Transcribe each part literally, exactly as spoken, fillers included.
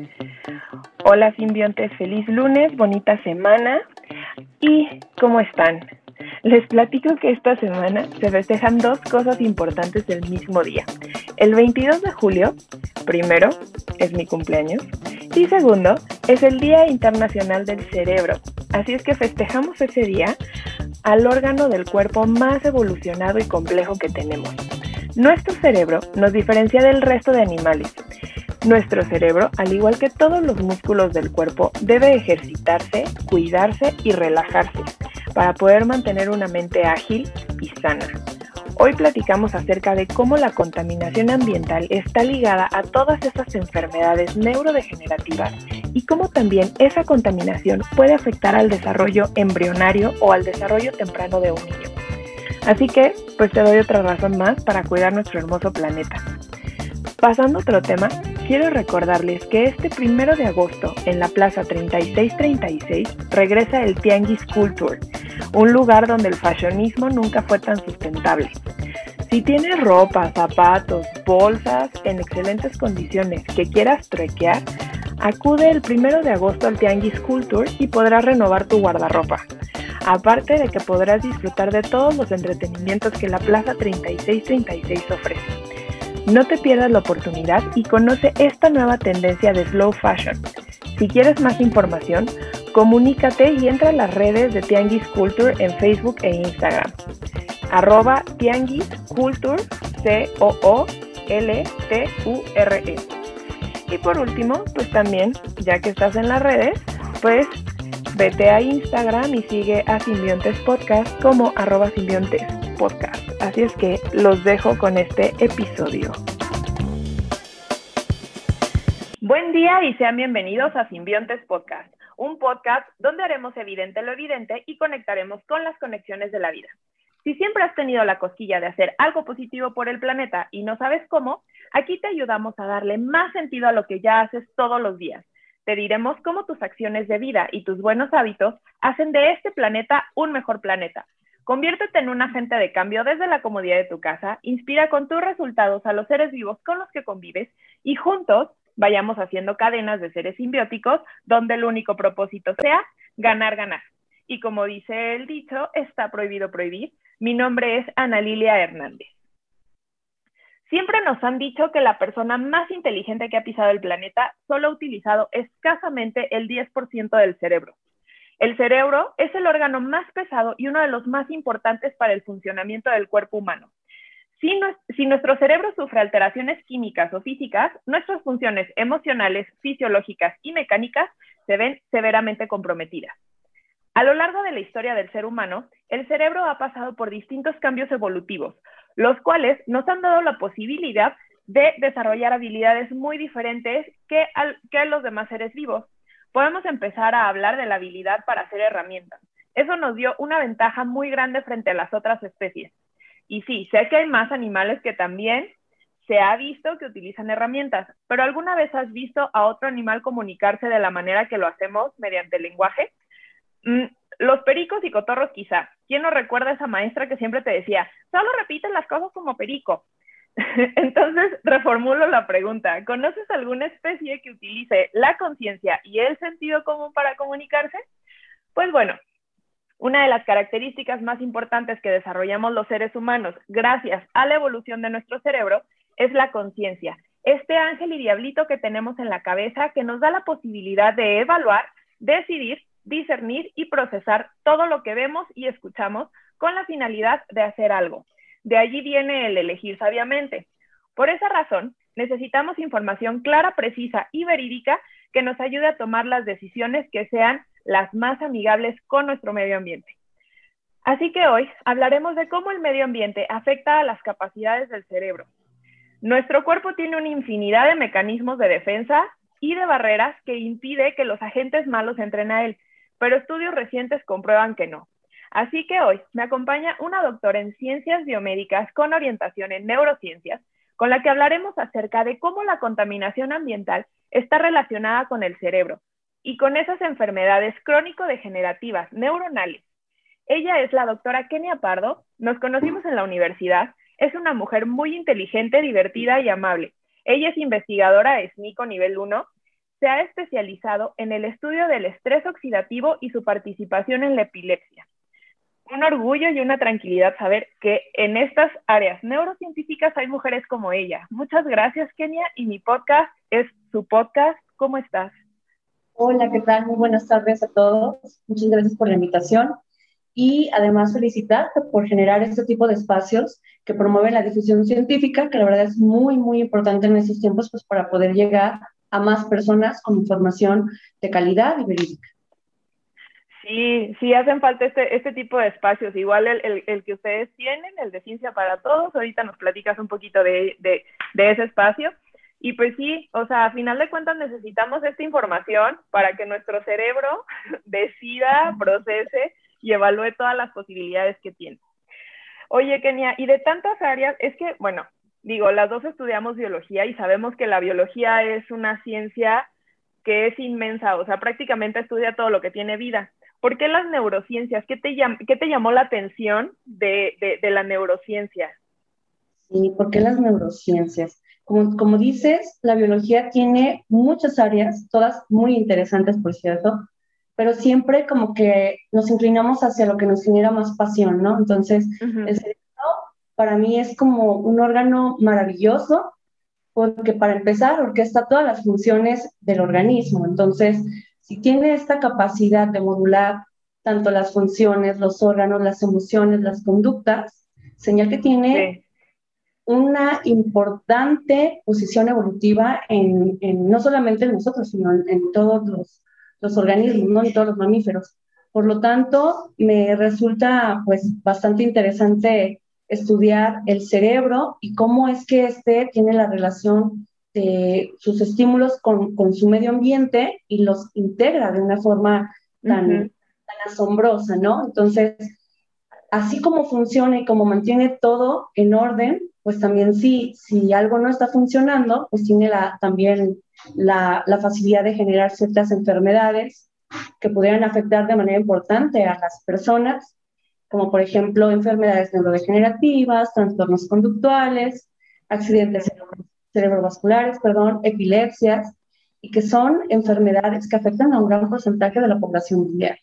Hola simbiontes, feliz lunes, bonita semana. ¿Y cómo están? Les platico que esta semana se festejan dos cosas importantes el mismo día. El veintidós de julio, primero, es mi cumpleaños, y segundo, es el Día Internacional del Cerebro. Así es que festejamos ese día al órgano del cuerpo más evolucionado y complejo que tenemos. Nuestro cerebro nos diferencia del resto de animales. Nuestro cerebro, al igual que todos los músculos del cuerpo, debe ejercitarse, cuidarse y relajarse para poder mantener una mente ágil y sana. Hoy platicamos acerca de cómo la contaminación ambiental está ligada a todas esas enfermedades neurodegenerativas y cómo también esa contaminación puede afectar al desarrollo embrionario o al desarrollo temprano de un niño. Así que, pues te doy otra razón más para cuidar nuestro hermoso planeta. Pasando a otro tema, quiero recordarles que este primero de agosto, en la Plaza treinta y seis treinta y seis, regresa el Tianguis Culture, un lugar donde el fashionismo nunca fue tan sustentable. Si tienes ropa, zapatos, bolsas en excelentes condiciones que quieras truequear, acude el primero de agosto al Tianguis Culture y podrás renovar tu guardarropa. Aparte de que podrás disfrutar de todos los entretenimientos que la Plaza treinta y seis treinta y seis ofrece. No te pierdas la oportunidad y conoce esta nueva tendencia de slow fashion. Si quieres más información, comunícate y entra a las redes de Tianguis Culture en Facebook e Instagram. Arroba Tianguis Culture, C O O L T U R E. Y por último, pues también, ya que estás en las redes, pues vete a Instagram y sigue a Simbiontes Podcast como arroba Simbiontes Podcast. Así es que los dejo con este episodio. Buen día y sean bienvenidos a Simbiontes Podcast, un podcast donde haremos evidente lo evidente y conectaremos con las conexiones de la vida. Si siempre has tenido la cosquilla de hacer algo positivo por el planeta y no sabes cómo, aquí te ayudamos a darle más sentido a lo que ya haces todos los días. Te diremos cómo tus acciones de vida y tus buenos hábitos hacen de este planeta un mejor planeta. Conviértete en un agente de cambio desde la comodidad de tu casa, inspira con tus resultados a los seres vivos con los que convives y juntos vayamos haciendo cadenas de seres simbióticos donde el único propósito sea ganar, ganar. Y como dice el dicho, está prohibido prohibir. Mi nombre es Ana Lilia Hernández. Siempre nos han dicho que la persona más inteligente que ha pisado el planeta solo ha utilizado escasamente el diez por ciento del cerebro. El cerebro es el órgano más pesado y uno de los más importantes para el funcionamiento del cuerpo humano. Si, no, si nuestro cerebro sufre alteraciones químicas o físicas, nuestras funciones emocionales, fisiológicas y mecánicas se ven severamente comprometidas. A lo largo de la historia del ser humano, el cerebro ha pasado por distintos cambios evolutivos, los cuales nos han dado la posibilidad de desarrollar habilidades muy diferentes que, al, que a los demás seres vivos. Podemos empezar a hablar de la habilidad para hacer herramientas. Eso nos dio una ventaja muy grande frente a las otras especies. Y sí, sé que hay más animales que también se ha visto que utilizan herramientas, pero ¿alguna vez has visto a otro animal comunicarse de la manera que lo hacemos mediante el lenguaje? Mm, los pericos y cotorros quizá. ¿Quién no recuerda a esa maestra que siempre te decía, solo repiten las cosas como perico? Entonces, reformulo la pregunta. ¿Conoces alguna especie que utilice la conciencia y el sentido común para comunicarse? Pues bueno, una de las características más importantes que desarrollamos los seres humanos gracias a la evolución de nuestro cerebro es la conciencia. Este ángel y diablito que tenemos en la cabeza que nos da la posibilidad de evaluar, decidir, discernir y procesar todo lo que vemos y escuchamos con la finalidad de hacer algo. De allí viene el elegir sabiamente. Por esa razón, necesitamos información clara, precisa y verídica que nos ayude a tomar las decisiones que sean las más amigables con nuestro medio ambiente. Así que hoy hablaremos de cómo el medio ambiente afecta a las capacidades del cerebro. Nuestro cuerpo tiene una infinidad de mecanismos de defensa y de barreras que impide que los agentes malos entren a él, pero estudios recientes comprueban que no. Así que hoy me acompaña una doctora en ciencias biomédicas con orientación en neurociencias, con la que hablaremos acerca de cómo la contaminación ambiental está relacionada con el cerebro y con esas enfermedades crónico-degenerativas neuronales. Ella es la doctora Kenia Pardo, nos conocimos en la universidad, es una mujer muy inteligente, divertida y amable. Ella es investigadora S N I C O nivel uno se ha especializado en el estudio del estrés oxidativo y su participación en la epilepsia. Un orgullo y una tranquilidad saber que en estas áreas neurocientíficas hay mujeres como ella. Muchas gracias, Kenia, y mi podcast es su podcast. ¿Cómo estás? Hola, ¿qué tal? Muy buenas tardes a todos. Muchas gracias por la invitación y además felicitarte por generar este tipo de espacios que promueven la difusión científica, que la verdad es muy, muy importante en estos tiempos, pues para poder llegar a más personas con información de calidad y verídica. Sí, sí hacen falta este, este tipo de espacios, igual el, el, el que ustedes tienen, el de Ciencia para Todos. Ahorita nos platicas un poquito de, de, de ese espacio. Y pues sí, o sea, a final de cuentas necesitamos esta información para que nuestro cerebro decida, procese y evalúe todas las posibilidades que tiene. Oye, Kenia, y de tantas áreas, es que, bueno, digo, las dos estudiamos biología y sabemos que la biología es una ciencia que es inmensa, o sea, prácticamente estudia todo lo que tiene vida. ¿Por qué las neurociencias? ¿Qué te, llam qué te llamó la atención de, de, de la neurociencia? Sí, ¿por qué las neurociencias? Como, como dices, la biología tiene muchas áreas, todas muy interesantes, por cierto, pero siempre como que nos inclinamos hacia lo que nos genera más pasión, ¿no? Entonces, Uh-huh. el cerebro para mí es como un órgano maravilloso porque para empezar orquesta todas las funciones del organismo. Entonces, si tiene esta capacidad de modular tanto las funciones, los órganos, las emociones, las conductas, señal que tiene Sí. una importante posición evolutiva en, en no solamente en nosotros, sino en, en todos los, los organismos, ¿no? En todos los mamíferos. Por lo tanto, me resulta pues bastante interesante estudiar el cerebro y cómo es que este tiene la relación de sus estímulos con, con su medio ambiente y los integra de una forma tan, Uh-huh. tan asombrosa, ¿no? Entonces, así como funciona y como mantiene todo en orden, pues también si, si algo no está funcionando, pues tiene la, también la, la facilidad de generar ciertas enfermedades que pudieran afectar de manera importante a las personas, como por ejemplo enfermedades neurodegenerativas, trastornos conductuales, accidentes Uh-huh. cerebrovasculares, perdón, epilepsias, y que son enfermedades que afectan a un gran porcentaje de la población mundial.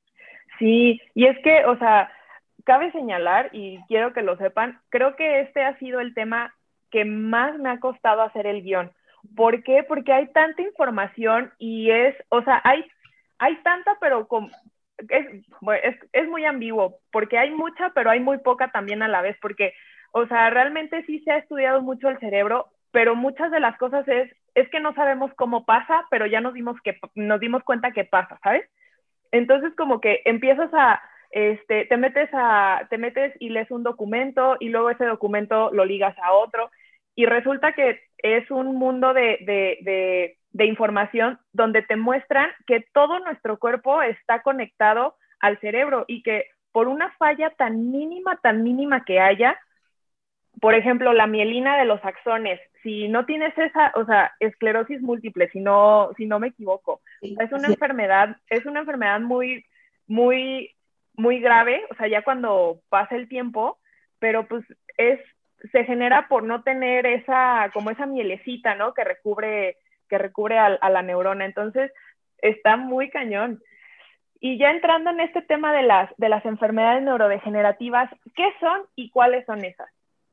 Sí, y es que, o sea, cabe señalar, y quiero que lo sepan, creo que este ha sido el tema que más me ha costado hacer el guión. ¿Por qué? Porque hay tanta información y es, o sea, hay, hay tanta, pero con, es, es, es muy ambiguo, porque hay mucha, pero hay muy poca también a la vez, porque, o sea, realmente sí se ha estudiado mucho el cerebro, pero muchas de las cosas es, es que no sabemos cómo pasa, pero ya nos dimos, que, nos dimos cuenta que pasa, ¿sabes? Entonces como que empiezas a, este, te metes a, te metes y lees un documento y luego ese documento lo ligas a otro y resulta que es un mundo de, de, de, de información donde te muestran que todo nuestro cuerpo está conectado al cerebro y que por una falla tan mínima, tan mínima que haya, por ejemplo, la mielina de los axones, si no tienes esa, o sea, esclerosis múltiple, si no, si no me equivoco, Sí, es una así es. enfermedad, es una enfermedad muy, muy, muy grave, o sea, ya cuando pasa el tiempo, pero pues es, se genera por no tener esa, como esa mielecita, ¿no? Que recubre, que recubre a, a la neurona. Entonces, está muy cañón. Y ya entrando en este tema de las, de las enfermedades neurodegenerativas, ¿qué son y cuáles son esas?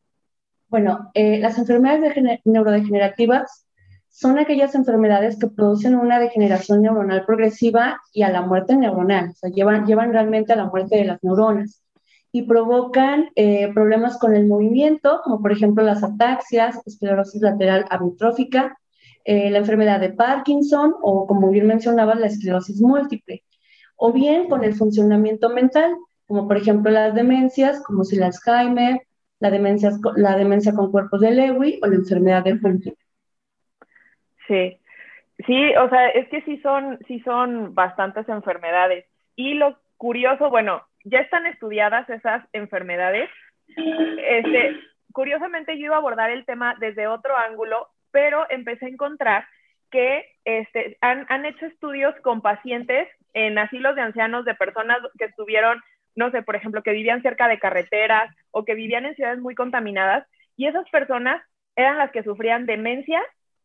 Bueno, eh, las enfermedades neurodegenerativas son aquellas enfermedades que producen una degeneración neuronal progresiva y a la muerte neuronal, o sea, llevan, llevan realmente a la muerte de las neuronas y provocan eh, problemas con el movimiento, como por ejemplo las ataxias, esclerosis lateral amiotrófica, eh, la enfermedad de Parkinson o, como bien mencionaba, la esclerosis múltiple, o bien con el funcionamiento mental, como por ejemplo las demencias, como si el Alzheimer, la demencia, la demencia con cuerpos de Lewy o la enfermedad de Uh-huh. Huntington. Sí, sí, o sea, es que sí son, sí son bastantes enfermedades. Y lo curioso, bueno, ya están estudiadas esas enfermedades. Este, curiosamente yo iba a abordar el tema desde otro ángulo, pero empecé a encontrar que este, han, han hecho estudios con pacientes en asilos de ancianos de personas que estuvieron, no sé, por ejemplo, que vivían cerca de carreteras o que vivían en ciudades muy contaminadas, y esas personas eran las que sufrían demencia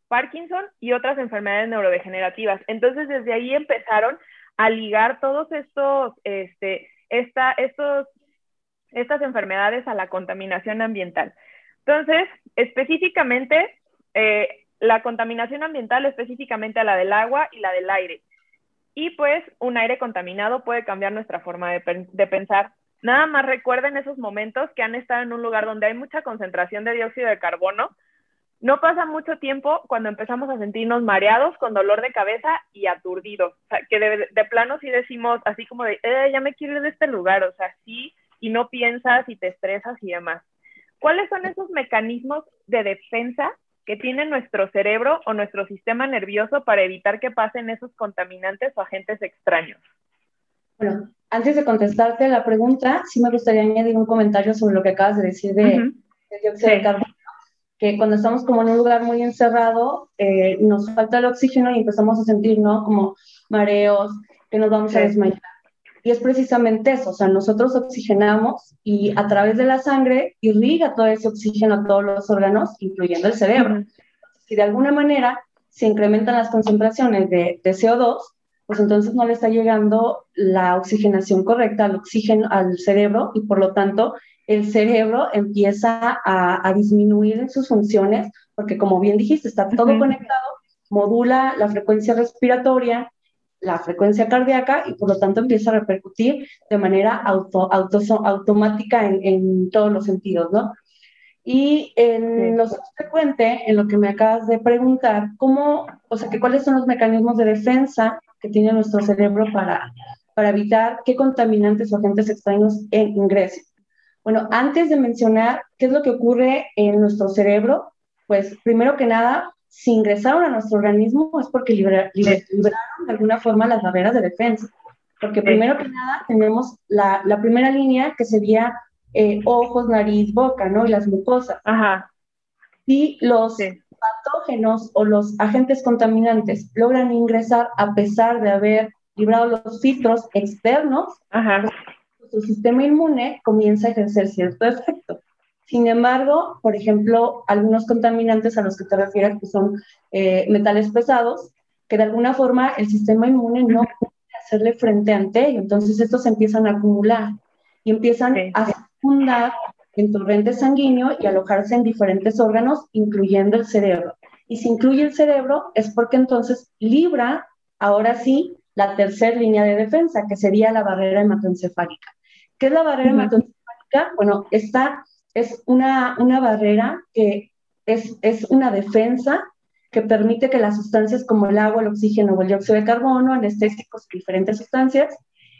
Parkinson y otras enfermedades neurodegenerativas. Entonces, desde ahí empezaron a ligar todos estos, este, esta, estos, estas enfermedades a la contaminación ambiental. Entonces, específicamente, eh, la contaminación ambiental específicamente a la del agua y la del aire. Y pues, un aire contaminado puede cambiar nuestra forma de, de pensar. Nada más recuerden esos momentos que han estado en un lugar donde hay mucha concentración de dióxido de carbono. No pasa mucho tiempo cuando empezamos a sentirnos mareados, con dolor de cabeza y aturdidos. O sea, que de, de plano sí decimos así como de, eh, ya me quiero ir de este lugar. O sea, sí, y no piensas y te estresas y demás. ¿Cuáles son esos mecanismos de defensa que tiene nuestro cerebro o nuestro sistema nervioso para evitar que pasen esos contaminantes o agentes extraños? Bueno, antes de contestarte la pregunta, sí me gustaría añadir un comentario sobre lo que acabas de decir de, Uh-huh. de dióxido Sí. de carbono, que cuando estamos como en un lugar muy encerrado, eh, nos falta el oxígeno y empezamos a sentir, ¿no? Como mareos, que nos vamos Sí. a desmayar. Y es precisamente eso, o sea, nosotros oxigenamos y a través de la sangre irriga todo ese oxígeno a todos los órganos, incluyendo el cerebro. Uh-huh. Si de alguna manera se incrementan las concentraciones de, de C O dos, pues entonces no le está llegando la oxigenación correcta al oxígeno, al cerebro, y por lo tanto el cerebro empieza a, a disminuir en sus funciones, porque como bien dijiste, está todo Uh-huh. conectado, modula la frecuencia respiratoria, la frecuencia cardíaca, y por lo tanto empieza a repercutir de manera auto, auto, automática en, en todos los sentidos, ¿no? Y en Sí. lo subsecuente, en lo que me acabas de preguntar, ¿cómo, o sea, que cuáles son los mecanismos de defensa que tiene nuestro cerebro para, para evitar que contaminantes o agentes extraños ingresen? Bueno, antes de mencionar qué es lo que ocurre en nuestro cerebro, pues primero que nada, si ingresaron a nuestro organismo es porque libera, liber, liberaron de alguna forma las barreras de defensa. Porque primero que nada tenemos la, la primera línea que sería eh, ojos, nariz, boca, ¿no? Y las mucosas. Ajá. Si los Sí. patógenos o los agentes contaminantes logran ingresar a pesar de haber librado los filtros externos, Ajá. su sistema inmune comienza a ejercer cierto efecto. Sin embargo, por ejemplo, algunos contaminantes a los que te refieres, que son eh, metales pesados, que de alguna forma el sistema inmune no puede hacerle frente ante ello. Entonces estos se empiezan a acumular y empiezan Sí. a secundar en torrente sanguíneo y alojarse en diferentes órganos, incluyendo el cerebro. Y si incluye el cerebro, es porque entonces libra, ahora sí, la tercera línea de defensa, que sería la barrera hematoencefálica. ¿Qué es la barrera uh-huh. hematoencefálica? Bueno, esta es una, una barrera que es, es una defensa que permite que las sustancias como el agua, el oxígeno o el dióxido de carbono, anestésicos y diferentes sustancias,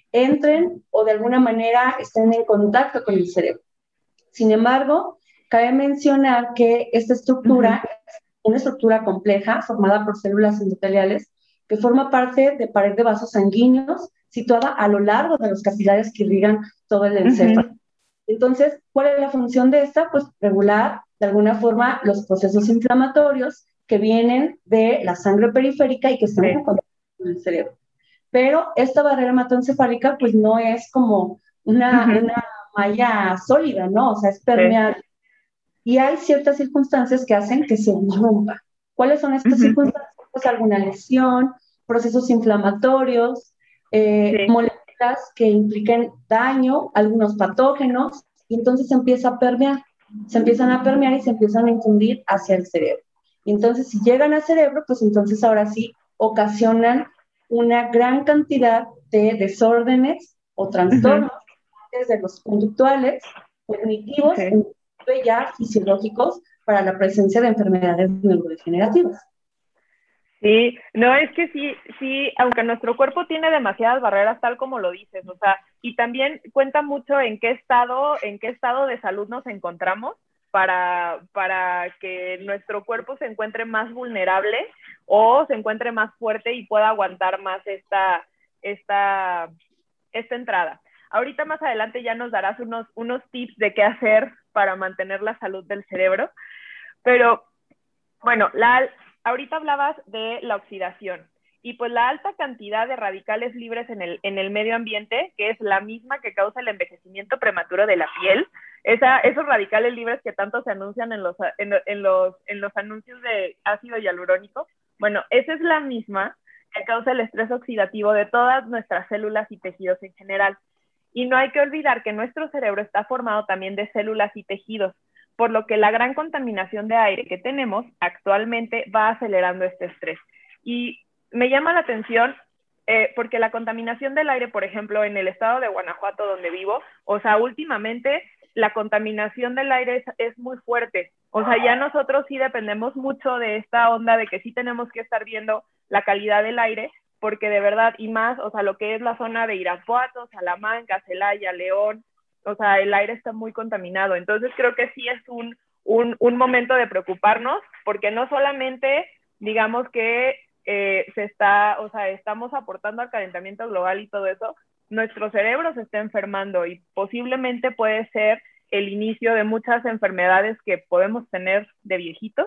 entren o de alguna manera estén en contacto con el cerebro. Sin embargo, cabe mencionar que esta estructura uh-huh. es una estructura compleja formada por células endoteliales que forma parte de pared de vasos sanguíneos situada a lo largo de los capilares que irrigan todo el encéfalo. Uh-huh. Entonces, ¿cuál es la función de esta? Pues regular, de alguna forma, los procesos inflamatorios que vienen de la sangre periférica y que están en contacto con el cerebro. Pero esta barrera hematoencefálica, pues no es como una, uh-huh. una malla sólida, ¿no? O sea, es permeable. Sí. Y hay ciertas circunstancias que hacen que se rompa. ¿Cuáles son estas uh-huh. circunstancias? Pues alguna lesión, procesos inflamatorios, eh, sí. moléculas que impliquen daño, algunos patógenos, y entonces se empieza a permear. Se empiezan a permear y se empiezan a infundir hacia el cerebro. Y entonces, si llegan al cerebro, pues entonces ahora sí ocasionan una gran cantidad de desórdenes o trastornos, uh-huh. desde los conductuales, cognitivos, okay. y ya fisiológicos, para la presencia de enfermedades neurodegenerativas. Sí, no, es que sí, sí, aunque nuestro cuerpo tiene demasiadas barreras, tal como lo dices, o sea, y también cuenta mucho en qué estado, en qué estado de salud nos encontramos para, para que nuestro cuerpo se encuentre más vulnerable o se encuentre más fuerte y pueda aguantar más esta, esta, esta entrada. Ahorita más adelante ya nos darás unos, unos tips de qué hacer para mantener la salud del cerebro, pero bueno, la... Ahorita hablabas de la oxidación y pues la alta cantidad de radicales libres en el, en el medio ambiente, que es la misma que causa el envejecimiento prematuro de la piel, esa, esos radicales libres que tanto se anuncian en los, en, en, los, en los anuncios de ácido hialurónico, bueno, esa es la misma que causa el estrés oxidativo de todas nuestras células y tejidos en general. Y no hay que olvidar que nuestro cerebro está formado también de células y tejidos, por lo que la gran contaminación de aire que tenemos actualmente va acelerando este estrés. Y me llama la atención eh, porque la contaminación del aire, por ejemplo, en el estado de Guanajuato, donde vivo, o sea, últimamente la contaminación del aire es, es muy fuerte. O sea, ya nosotros sí dependemos mucho de esta onda de que sí tenemos que estar viendo la calidad del aire, porque de verdad, y más, o sea, lo que es la zona de Irapuato, Salamanca, Celaya, León, o sea, el aire está muy contaminado. Entonces creo que sí es un, un, un momento de preocuparnos, porque no solamente, digamos que eh, se está, o sea, estamos aportando al calentamiento global y todo eso, nuestro cerebro se está enfermando y posiblemente puede ser el inicio de muchas enfermedades que podemos tener de viejitos,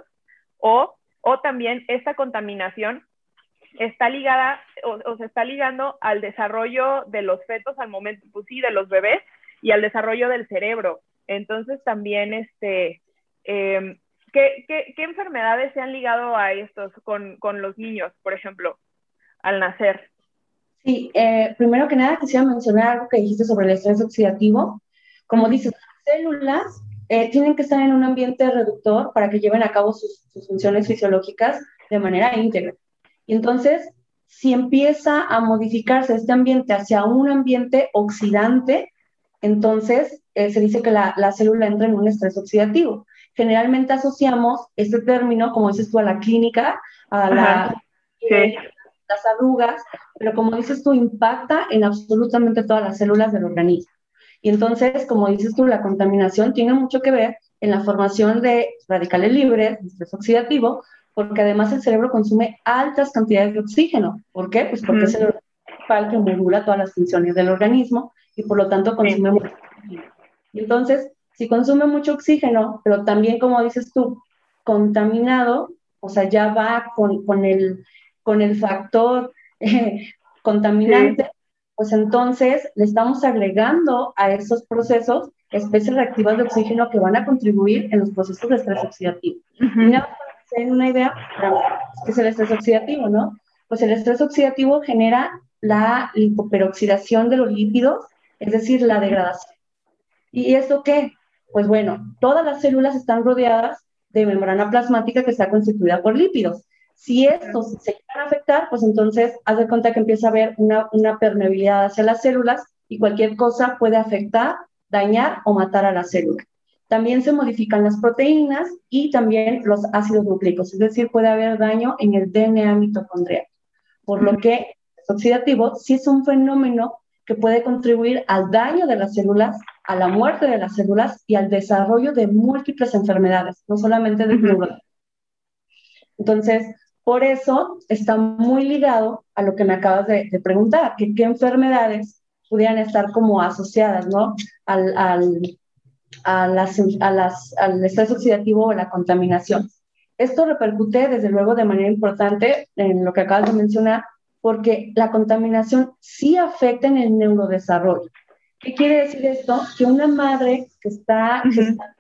o, o también esta contaminación está ligada o, o se está ligando al desarrollo de los fetos al momento, pues sí, de los bebés, y al desarrollo del cerebro. Entonces también, este, eh, ¿qué, qué, ¿qué enfermedades se han ligado a estos con, con los niños, por ejemplo, al nacer? Sí, eh, primero que nada quisiera mencionar algo que dijiste sobre el estrés oxidativo. Como dices, las células eh, tienen que estar en un ambiente reductor para que lleven a cabo sus, sus funciones fisiológicas de manera íntegra. Y entonces, si empieza a modificarse este ambiente hacia un ambiente oxidante, entonces eh, se dice que la, la célula entra en un estrés oxidativo. Generalmente asociamos este término, como dices tú, a la clínica, a la, sí. las arrugas, pero como dices tú, impacta en absolutamente todas las células del organismo. Y entonces, como dices tú, la contaminación tiene mucho que ver en la formación de radicales libres, de estrés oxidativo, porque además el cerebro consume altas cantidades de oxígeno. ¿Por qué? Pues porque uh-huh. es el principal que modula todas las funciones del organismo y por lo tanto consume sí. mucho oxígeno. Y entonces, si consume mucho oxígeno, pero también, como dices tú, contaminado, o sea, ya va con, con, el, con el factor eh, contaminante, sí. pues entonces le estamos agregando a esos procesos especies reactivas de oxígeno que van a contribuir en los procesos de estrés oxidativo. Uh-huh. Y nada más para que se den una idea, ¿qué es el estrés oxidativo, no? Pues el estrés oxidativo genera la lipoperoxidación de los lípidos, es decir, la degradación. ¿Y esto qué? Pues bueno, todas las células están rodeadas de membrana plasmática que está constituida por lípidos. Si estos se llegan a afectar, pues entonces haz de cuenta que empieza a haber una, una permeabilidad hacia las células y cualquier cosa puede afectar, dañar o matar a la célula. También se modifican las proteínas y también los ácidos nucleicos, es decir, puede haber daño en el D N A mitocondrial. Por lo que el oxidativo sí es un fenómeno que puede contribuir al daño de las células, a la muerte de las células y al desarrollo de múltiples enfermedades, no solamente de neuronas. Entonces, por eso está muy ligado a lo que me acabas de, de preguntar, que qué enfermedades pudieran estar como asociadas, ¿no? Al, al, a las, a las, al estrés oxidativo o la contaminación. Esto repercute, desde luego, de manera importante en lo que acabas de mencionar, porque la contaminación sí afecta en el neurodesarrollo. ¿Qué quiere decir esto? Que una madre que está, uh-huh. que está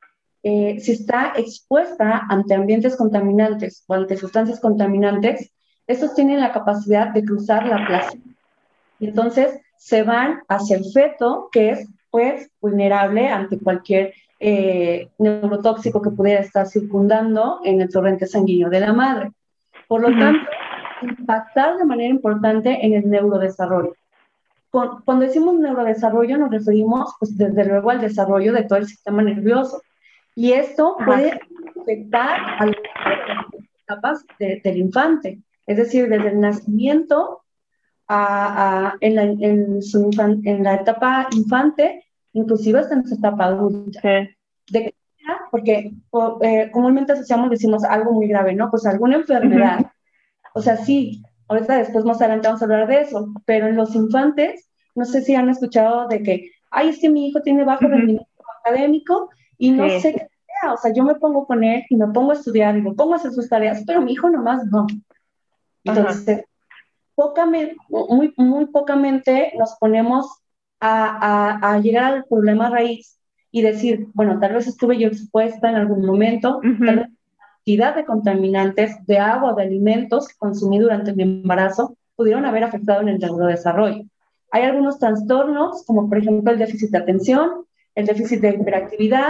eh, si está expuesta ante ambientes contaminantes o ante sustancias contaminantes, estos tienen la capacidad de cruzar la placenta. Y entonces se van hacia el feto, que es pues vulnerable ante cualquier eh, neurotóxico que pudiera estar circundando en el torrente sanguíneo de la madre. Por lo uh-huh. tanto, impactar de manera importante en el neurodesarrollo. Con, cuando decimos neurodesarrollo nos referimos pues desde luego al desarrollo de todo el sistema nervioso. Y esto uh-huh. puede afectar a las etapas de, del infante, es decir, desde el nacimiento A, a, en, la, en, su infan, en la etapa infante, inclusive hasta en su etapa adulta. Sí. ¿De qué manera? Porque o, eh, comúnmente asociamos, decimos algo muy grave, ¿no? Pues alguna enfermedad. Uh-huh. O sea, sí, ahorita después más adelante vamos a hablar de eso, pero en los infantes, no sé si han escuchado de que, ay, es que mi hijo tiene bajo uh-huh. rendimiento académico y no sí. sé qué sea. O sea, yo me pongo con él y me pongo a estudiar y me pongo a hacer sus tareas, pero mi hijo nomás no. Entonces, uh-huh. Pocamente, muy, muy pocamente nos ponemos a, a, a llegar al problema raíz y decir, bueno, tal vez estuve yo expuesta en algún momento, Uh-huh. tal vez la cantidad de contaminantes, de agua, de alimentos que consumí durante mi embarazo pudieron haber afectado en el neurodesarrollo. Hay algunos trastornos, como por ejemplo el déficit de atención, el déficit de hiperactividad,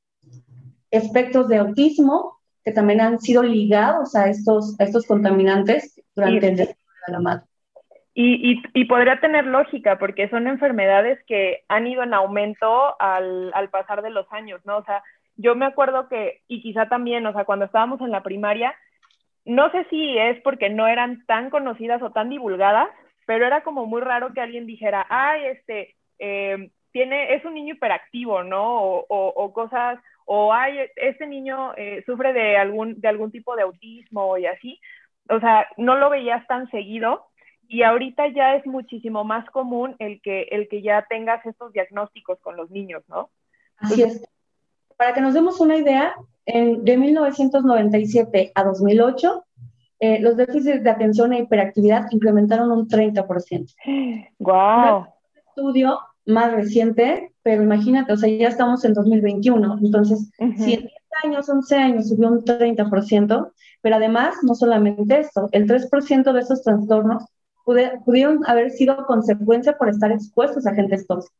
espectros de autismo, que también han sido ligados a estos, a estos contaminantes durante y, el desarrollo de la madre. Y, y, y podría tener lógica, porque son enfermedades que han ido en aumento al, al pasar de los años, ¿no? O sea, yo me acuerdo que, y quizá también, o sea, cuando estábamos en la primaria, no sé si es porque no eran tan conocidas o tan divulgadas, pero era como muy raro que alguien dijera, ay, este, eh, tiene, es un niño hiperactivo, ¿no? O, o, o cosas, o ay, este niño eh, sufre de algún, de algún tipo de autismo y así. O sea, no lo veías tan seguido, y ahorita ya es muchísimo más común el que, el que ya tengas estos diagnósticos con los niños, ¿no? Así es. Para que nos demos una idea, en, de mil novecientos noventa y siete a dos mil ocho, eh, los déficits de atención e hiperactividad incrementaron un treinta por ciento. ¡Wow! Un estudio más reciente, pero imagínate, o sea, ya estamos en dos mil veintiuno, entonces, uh-huh. Si en diez años, once años subió un treinta por ciento, pero además, no solamente esto, el tres por ciento de esos trastornos pudieron haber sido consecuencia por estar expuestos a agentes tóxicos,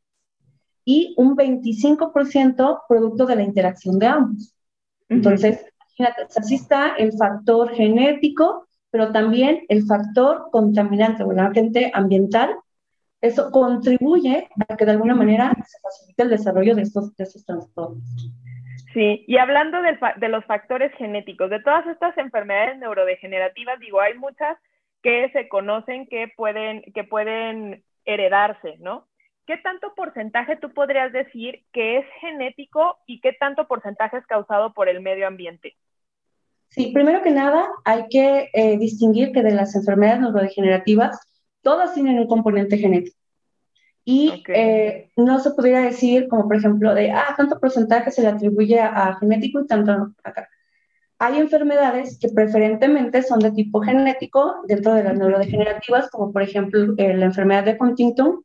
y un veinticinco por ciento producto de la interacción de ambos. Entonces, uh-huh. Imagínate, así está el factor genético, pero también el factor contaminante o el agente ambiental. Eso contribuye a que de alguna manera se facilite el desarrollo de estos, de estos trastornos. Sí, y hablando de, de los factores genéticos, de todas estas enfermedades neurodegenerativas, digo, hay muchas que se conocen que pueden, que pueden heredarse, ¿no? ¿Qué tanto porcentaje tú podrías decir que es genético y qué tanto porcentaje es causado por el medio ambiente? Sí, primero que nada hay que eh, distinguir que de las enfermedades neurodegenerativas todas tienen un componente genético. Y okay. eh, no se podría decir, como por ejemplo, de, ah, tanto porcentaje se le atribuye a, a genético y tanto acá. Hay enfermedades que preferentemente son de tipo genético dentro de las neurodegenerativas, como por ejemplo eh, la enfermedad de Huntington,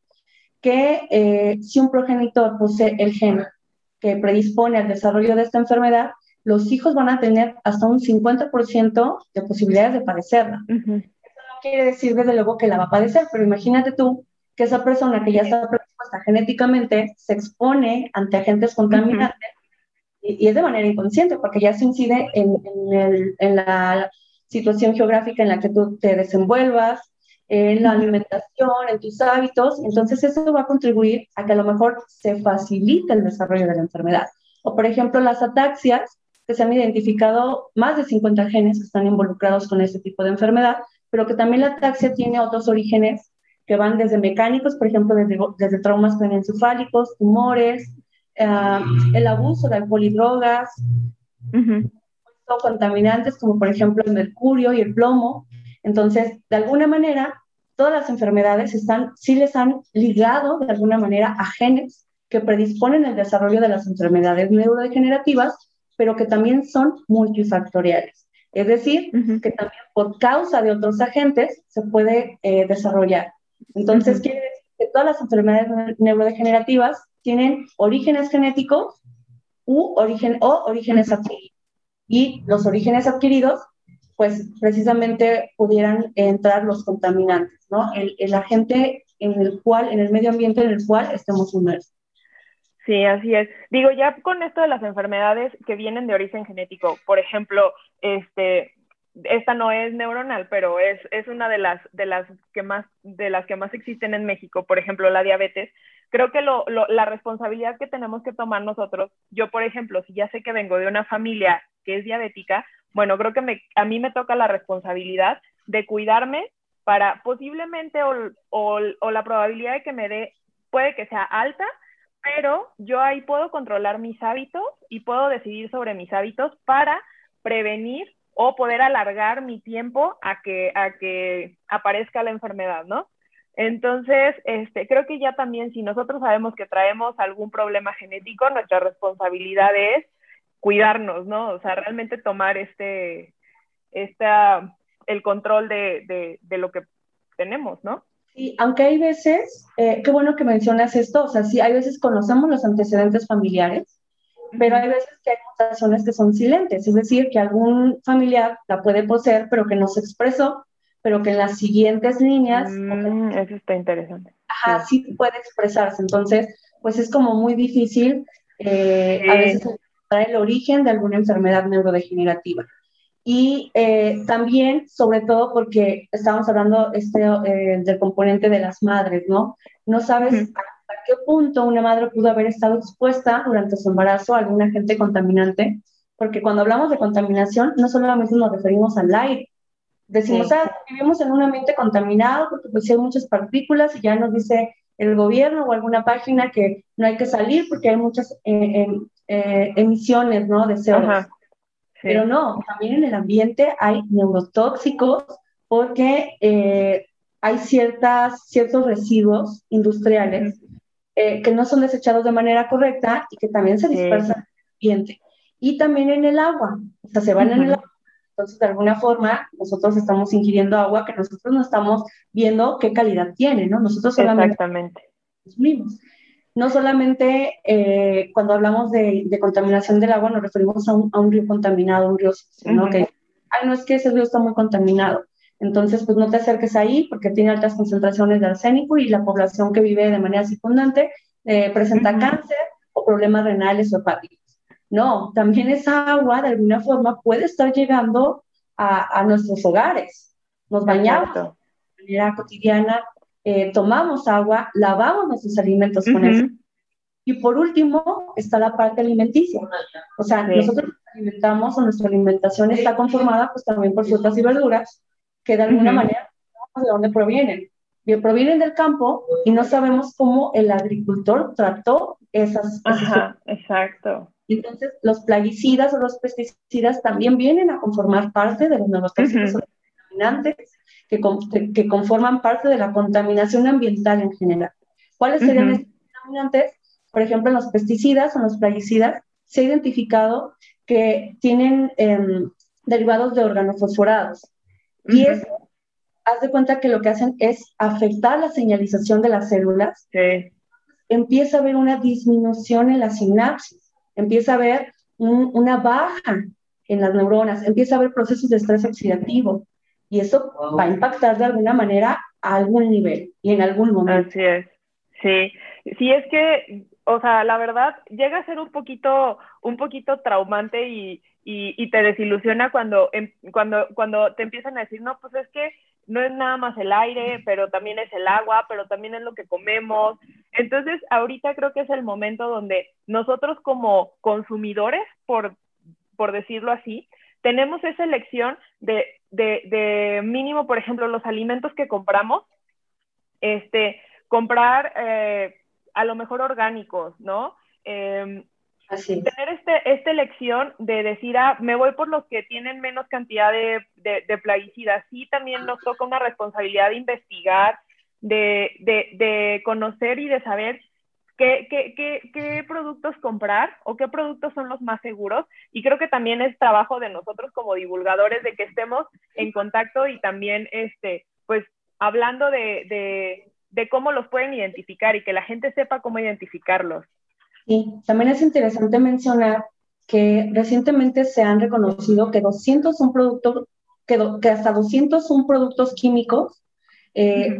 que eh, si un progenitor posee el gen que predispone al desarrollo de esta enfermedad, los hijos van a tener hasta un cincuenta por ciento de posibilidades de padecerla. Uh-huh. Eso no quiere decir desde luego que la va a padecer, pero imagínate tú que esa persona que ya está predispuesta genéticamente se expone ante agentes contaminantes, uh-huh. y, y es de manera inconsciente, porque ya se incide en, en, el, en la situación geográfica en la que tú te desenvuelvas, en la alimentación, en tus hábitos. Entonces eso va a contribuir a que a lo mejor se facilite el desarrollo de la enfermedad. O por ejemplo las ataxias, que se han identificado más de cincuenta genes que están involucrados con este tipo de enfermedad, pero que también la ataxia tiene otros orígenes que van desde mecánicos, por ejemplo, desde, desde traumas craneoencefálicos, tumores, uh, el abuso de alcohol y drogas, uh-huh. o contaminantes como por ejemplo el mercurio y el plomo. Entonces, de alguna manera, todas las enfermedades están, sí les han ligado de alguna manera a genes que predisponen el desarrollo de las enfermedades neurodegenerativas, pero que también son multifactoriales. Es decir, uh-huh. que también por causa de otros agentes se puede eh, desarrollar. Entonces, uh-huh. quiere decir que todas las enfermedades neurodegenerativas tienen orígenes genéticos u origen, o orígenes uh-huh. adquiridos. Y los orígenes adquiridos, pues precisamente pudieran entrar los contaminantes, ¿no? El, el agente en el cual, en el medio ambiente en el cual estemos inmersos. Sí, así es. Digo, ya con esto de las enfermedades que vienen de origen genético, por ejemplo, este, esta no es neuronal, pero es, es una de las, de, las que más, de las que más existen en México, por ejemplo, la diabetes. Creo que lo, lo, la responsabilidad que tenemos que tomar nosotros, yo, por ejemplo, si ya sé que vengo de una familia que es diabética, bueno, creo que me, a mí me toca la responsabilidad de cuidarme para posiblemente o, o, o la probabilidad de que me dé puede que sea alta, pero yo ahí puedo controlar mis hábitos y puedo decidir sobre mis hábitos para prevenir o poder alargar mi tiempo a que, a que aparezca la enfermedad, ¿no? Entonces, este, creo que ya también si nosotros sabemos que traemos algún problema genético, nuestra responsabilidad es cuidarnos, ¿no? O sea, realmente tomar este, esta, el control de, de, de lo que tenemos, ¿no? Sí, aunque hay veces, eh, qué bueno que mencionas esto, o sea, sí, hay veces conocemos los antecedentes familiares, pero Ujú. hay veces que hay mutaciones que son silentes, es decir, que algún familiar la puede poseer, pero que no se expresó, pero que en las siguientes líneas, o Mm, eso está interesante. ajá, Sí, sí puede expresarse. Entonces, pues es como muy difícil eh, a veces sí. encontrar el origen de alguna enfermedad neurodegenerativa. Y eh, también, sobre todo, porque estábamos hablando este, eh, del componente de las madres, ¿no? No sabes Ujú. hasta qué punto una madre pudo haber estado expuesta durante su embarazo a algún agente contaminante, porque cuando hablamos de contaminación, no solamente nos referimos al aire. Decimos, Sí, ah, vivimos en un ambiente contaminado porque pues sí hay muchas partículas y ya nos dice el gobierno o alguna página que no hay que salir porque hay muchas eh, em- eh, emisiones, ¿no? De C O dos. ajá, Pero sí. no, también en el ambiente hay neurotóxicos porque eh, hay ciertas, ciertos residuos Ujú. industriales eh, que no son desechados de manera correcta y que también se Sí. dispersan en el ambiente. Y también en el agua, o sea, se van en el Ujú. agua. Entonces, de alguna forma, nosotros estamos ingiriendo agua que nosotros no estamos viendo qué calidad tiene, ¿no? Nosotros solamente Exactamente. consumimos. No solamente eh, cuando hablamos de, de, contaminación del agua nos referimos a un, a un río contaminado, un río sucio, ¿no? Ujú. Que, ay, no es que ese río está muy contaminado. Entonces, pues no te acerques ahí porque tiene altas concentraciones de arsénico y la población que vive de manera circundante eh, presenta Ujú. cáncer o problemas renales o hepáticos. No, también esa agua de alguna forma puede estar llegando a, a nuestros hogares. Nos bañamos Exacto. de manera cotidiana, eh, tomamos agua, lavamos nuestros alimentos con eso. Ujú. Y por último está la parte alimenticia. O sea, Sí. nosotros nos alimentamos o nuestra alimentación está conformada pues también por frutas y verduras que de alguna Ujú. manera no sabemos de dónde provienen. Bien, provienen del campo y no sabemos cómo el agricultor trató esas, esas frutas. Ajá, exacto. Entonces, los plaguicidas o los pesticidas también vienen a conformar parte de los neurotóxicos o Ujú. los contaminantes que, que, que conforman parte de la contaminación ambiental en general. ¿Cuáles serían Ujú. estos contaminantes? Por ejemplo, en los pesticidas o los plaguicidas se ha identificado que tienen eh, derivados de organofosforados. Y Ujú. eso, haz de cuenta que lo que hacen es afectar la señalización de las células. Sí. Empieza a haber una disminución en la sinapsis, empieza a haber un, una baja en las neuronas, empieza a haber procesos de estrés oxidativo y eso va a impactar de alguna manera a algún nivel y en algún momento. Así es, sí, sí es que, o sea, la verdad llega a ser un poquito, un poquito traumante y, y, y te desilusiona cuando, em, cuando, cuando te empiezan a decir, no, pues es que no es nada más el aire, pero también es el agua, pero también es lo que comemos. Entonces, ahorita creo que es el momento donde nosotros como consumidores, por, por decirlo así, tenemos esa elección de, de, de mínimo, por ejemplo, los alimentos que compramos este, comprar eh, a lo mejor orgánicos, ¿no? Eh, Así es. tener este, esta elección de decir, ah, me voy por los que tienen menos cantidad de, de, de plaguicidas. Sí, también nos toca una responsabilidad de investigar, de, de, de conocer y de saber qué, qué, qué, qué productos comprar o qué productos son los más seguros. Y creo que también es trabajo de nosotros como divulgadores de que estemos en contacto y también, este, pues, hablando de, de, de cómo los pueden identificar y que la gente sepa cómo identificarlos. Y también es interesante mencionar que recientemente se han reconocido que doscientos son productos, que, do, que hasta doscientos son productos químicos eh, Uh-huh.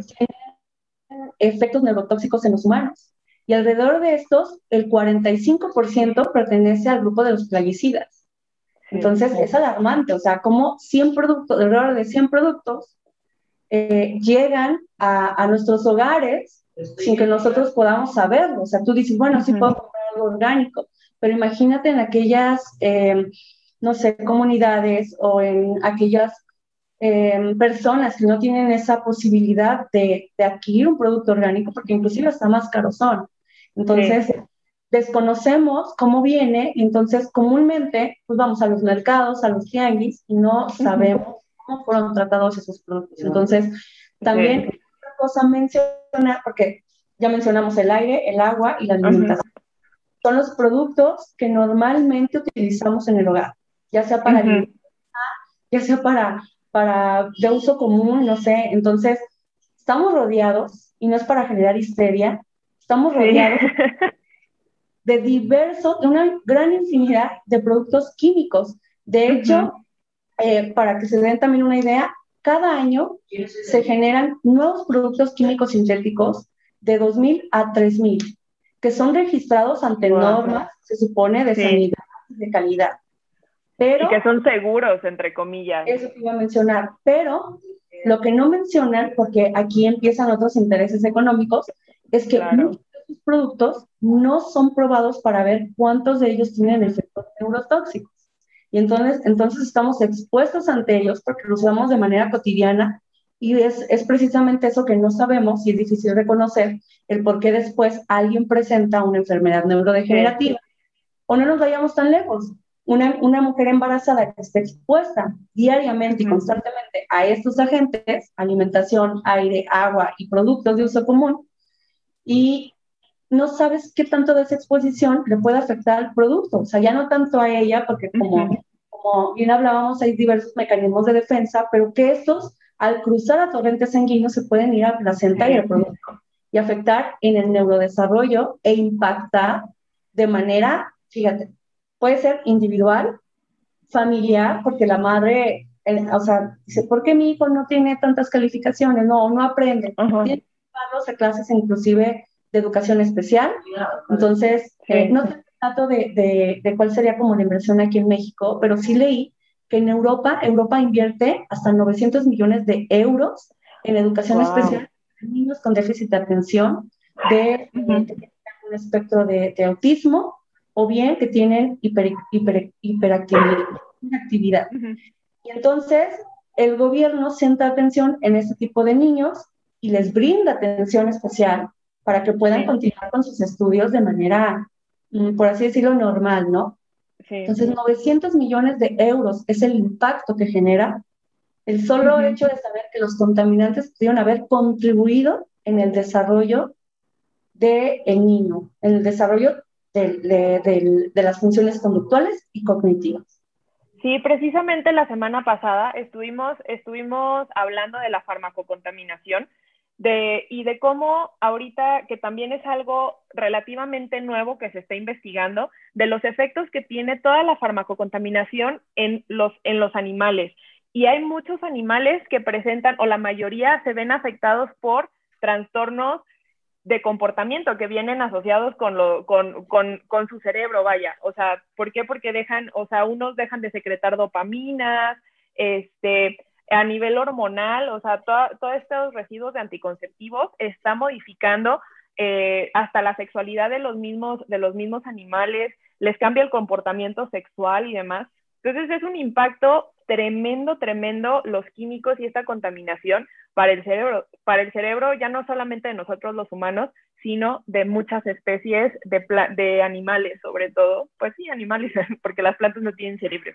efectos neurotóxicos en los humanos. Y alrededor de estos, el cuarenta y cinco por ciento pertenece al grupo de los plaguicidas. Sí. Entonces, es alarmante, o sea, como cien productos, alrededor de cien productos eh, llegan a, a, nuestros hogares sin que nosotros podamos saberlo. O sea, tú dices, bueno, sí Uh-huh. puedo comprar algo orgánico, pero imagínate en aquellas, eh, no sé, comunidades o en aquellas eh, personas que no tienen esa posibilidad de, de, adquirir un producto orgánico, porque inclusive hasta más caros son. Sí. Entonces, desconocemos cómo viene, y entonces comúnmente pues vamos a los mercados, a los tianguis, y no Uh-huh. sabemos cómo fueron tratados esos productos. Entonces, también Sí. otra cosa mencionar, porque ya mencionamos el aire, el agua y la Uh-huh. alimentación. Son los productos que normalmente utilizamos en el hogar, ya sea para Uh-huh. alimentar, ya sea para, para de uso común, no sé. Entonces, estamos rodeados, y no es para generar histeria, estamos Sí. rodeados de diversos, de una gran infinidad de productos químicos. De hecho, Ujú. eh, para que se den también una idea, cada año se generan nuevos productos químicos sintéticos de dos mil a tres mil, que son registrados ante Wow. normas, se supone, de Sí. sanidad y de calidad. Y que Pero, son seguros, entre comillas. eso te iba a mencionar, pero lo que no mencionan, porque aquí empiezan otros intereses económicos, es que Claro. muchos de estos productos no son probados para ver cuántos de ellos tienen efectos neurotóxicos. Y entonces, entonces estamos expuestos ante ellos porque los usamos de manera cotidiana y es, es precisamente eso que no sabemos y es difícil reconocer el por qué después alguien presenta una enfermedad Sí. neurodegenerativa. O no nos vayamos tan lejos. Una, una mujer embarazada que esté expuesta diariamente y Ujú. constantemente a estos agentes, alimentación, aire, agua y productos de uso común, y no sabes qué tanto de esa exposición le puede afectar al producto. O sea, ya no tanto a ella, porque como, Ujú. como bien hablábamos, hay diversos mecanismos de defensa, pero que estos, al cruzar a torrentes sanguíneos, se pueden ir a la placenta y al Sí. producto y afectar en el neurodesarrollo e impactar de manera, fíjate, puede ser individual, familiar, porque la madre, eh, o sea, dice, ¿por qué mi hijo no tiene tantas calificaciones? No, no aprende. Ajá. Tiene que llevarlos a clases inclusive de educación especial. Entonces, eh, Sí. no tengo dato de, de, de cuál sería como la inversión aquí en México, pero sí leí que en Europa, Europa invierte hasta novecientos millones de euros en educación Wow. especial a niños con déficit de atención, de Ujú. eh, un espectro de, de autismo, o bien que tienen hiper, hiper, hiperactividad. actividad. Ujú. Y entonces el gobierno centra atención en este tipo de niños y les brinda atención especial para que puedan Sí. continuar con sus estudios de manera, mm, por así decirlo, normal, ¿no? Sí. Entonces, novecientos millones de euros es el impacto que genera el solo Ujú. hecho de saber que los contaminantes pudieron haber contribuido en el desarrollo del niño, en el desarrollo de, de, de, de las funciones conductuales y cognitivas. Sí, precisamente la semana pasada estuvimos, estuvimos hablando de la farmacocontaminación de, y de cómo ahorita, que también es algo relativamente nuevo que se está investigando, de los efectos que tiene toda la farmacocontaminación en los, en los animales. Y hay muchos animales que presentan, o la mayoría se ven afectados por trastornos de comportamiento que vienen asociados con, lo, con, con, con su cerebro, vaya. O sea, ¿por qué? Porque dejan, o sea, unos dejan de secretar dopaminas, este, a nivel hormonal, o sea, todos to estos residuos de anticonceptivos está modificando eh, hasta la sexualidad de los, mismos, de los mismos animales, les cambia el comportamiento sexual y demás. Entonces es un impacto tremendo, tremendo los químicos y esta contaminación para el cerebro, para el cerebro ya no solamente de nosotros los humanos, sino de muchas especies de, de animales, sobre todo. Pues sí, animales, porque las plantas no tienen cerebro.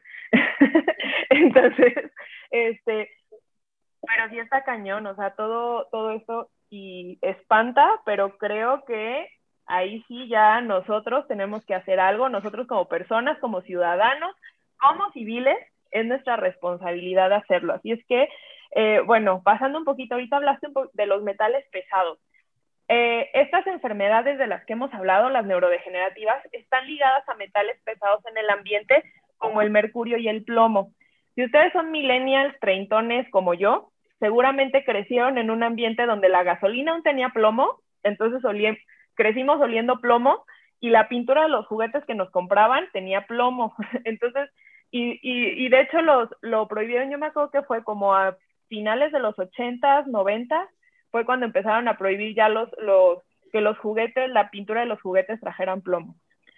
Entonces, este, pero sí está cañón, o sea, todo, todo esto y espanta, pero creo que ahí sí ya nosotros tenemos que hacer algo, nosotros como personas, como ciudadanos, como civiles, es nuestra responsabilidad hacerlo. Así es que, eh, bueno, pasando un poquito, ahorita hablaste un po de los metales pesados. Eh, estas enfermedades de las que hemos hablado, las neurodegenerativas, están ligadas a metales pesados en el ambiente, como el mercurio y el plomo. Si ustedes son millennials, treintones como yo, seguramente crecieron en un ambiente donde la gasolina aún tenía plomo, entonces olí, crecimos oliendo plomo y la pintura de los juguetes que nos compraban tenía plomo. Entonces, y, y, y de hecho los, lo prohibieron, yo me acuerdo que fue como a finales de los ochentas, noventas, fue cuando empezaron a prohibir ya los, los, que los juguetes, la pintura de los juguetes trajeran plomo.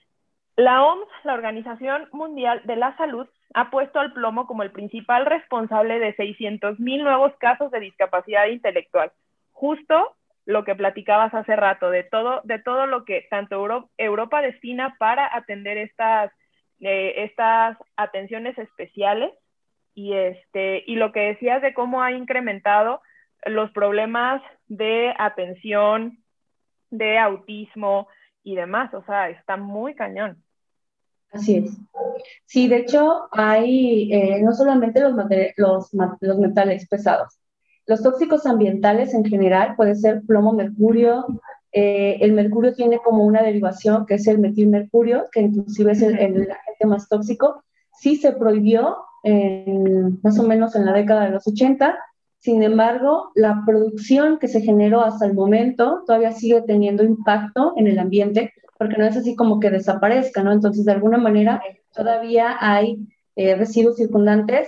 La O M S, la Organización Mundial de la Salud, ha puesto al plomo como el principal responsable de seiscientos mil nuevos casos de discapacidad intelectual. Justo lo que platicabas hace rato, de todo, de todo lo que tanto Euro, Europa destina para atender estas, eh, estas atenciones especiales y, este, y lo que decías de cómo ha incrementado los problemas de atención, de autismo y demás. O sea, está muy cañón. Así es. Sí, de hecho, hay eh, no solamente los, los, los metales pesados, Los tóxicos ambientales en general puede ser plomo, mercurio. Eh, el mercurio tiene como una derivación que es el metilmercurio, que inclusive es el, el agente más tóxico. Sí se prohibió en, más o menos en la década de los ochenta. Sin embargo, la producción que se generó hasta el momento todavía sigue teniendo impacto en el ambiente, porque no es así como que desaparezca, ¿no? Entonces, de alguna manera, todavía hay eh, residuos circundantes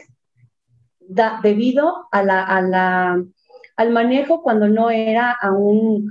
da, debido a la, a la, al manejo cuando no era aún,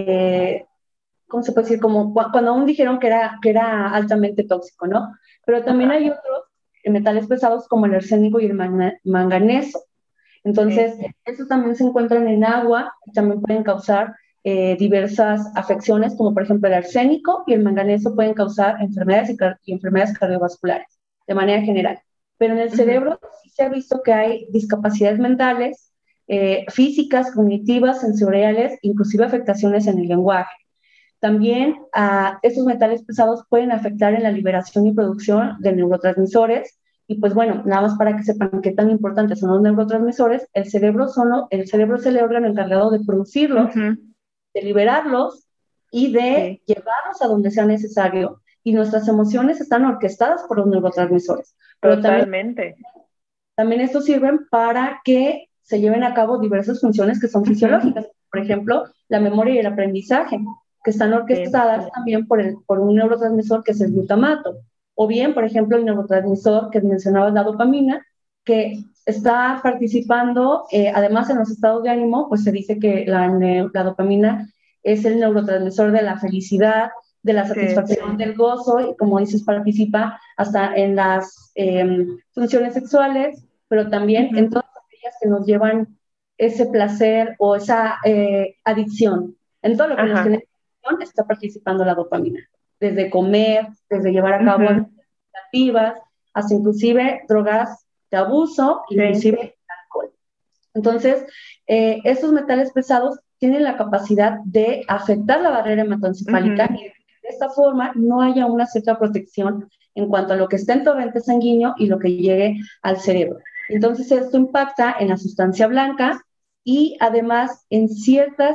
eh, ¿cómo se puede decir? Como cu cuando aún dijeron que era, que era altamente tóxico, ¿no? Pero también hay otros metales pesados como el arsénico y el man manganeso. Entonces, sí. Estos también se encuentran en agua y también pueden causar eh, diversas afecciones, como por ejemplo el arsénico y el manganeso pueden causar enfermedades y, y enfermedades cardiovasculares de manera general. Pero en el uh-huh. cerebro sí se ha visto que hay discapacidades mentales, eh, físicas, cognitivas, sensoriales, inclusive afectaciones en el lenguaje. También uh, estos metales pesados pueden afectar en la liberación y producción de neurotransmisores. Y pues bueno, nada más para que sepan qué tan importantes son los neurotransmisores, el cerebro, son, el cerebro es el órgano encargado de producirlos, uh-huh. de liberarlos y de sí. llevarlos a donde sea necesario. Y nuestras emociones están orquestadas por los neurotransmisores. Pero Totalmente. También, también estos sirven para que se lleven a cabo diversas funciones que son fisiológicas. Uh-huh. Por ejemplo, la memoria y el aprendizaje, que están orquestadas sí. también por, el, por un neurotransmisor que es el glutamato. O bien, por ejemplo, el neurotransmisor que mencionaba, la dopamina, que está participando, eh, además en los estados de ánimo, pues se dice que la, la dopamina es el neurotransmisor de la felicidad, de la satisfacción, sí, sí. del gozo, y como dices, participa hasta en las eh, funciones sexuales, pero también uh-huh. en todas aquellas que nos llevan ese placer o esa eh, adicción. En todo lo que Ajá. nos genera adicción está participando la dopamina. Desde comer, desde llevar a cabo uh-huh. activas, hasta inclusive drogas de abuso, sí. inclusive alcohol. Entonces, eh, estos metales pesados tienen la capacidad de afectar la barrera hematoencefálica uh-huh. y de esta forma no haya una cierta protección en cuanto a lo que está en torrente sanguíneo y lo que llegue al cerebro. Entonces, esto impacta en la sustancia blanca y además en ciertas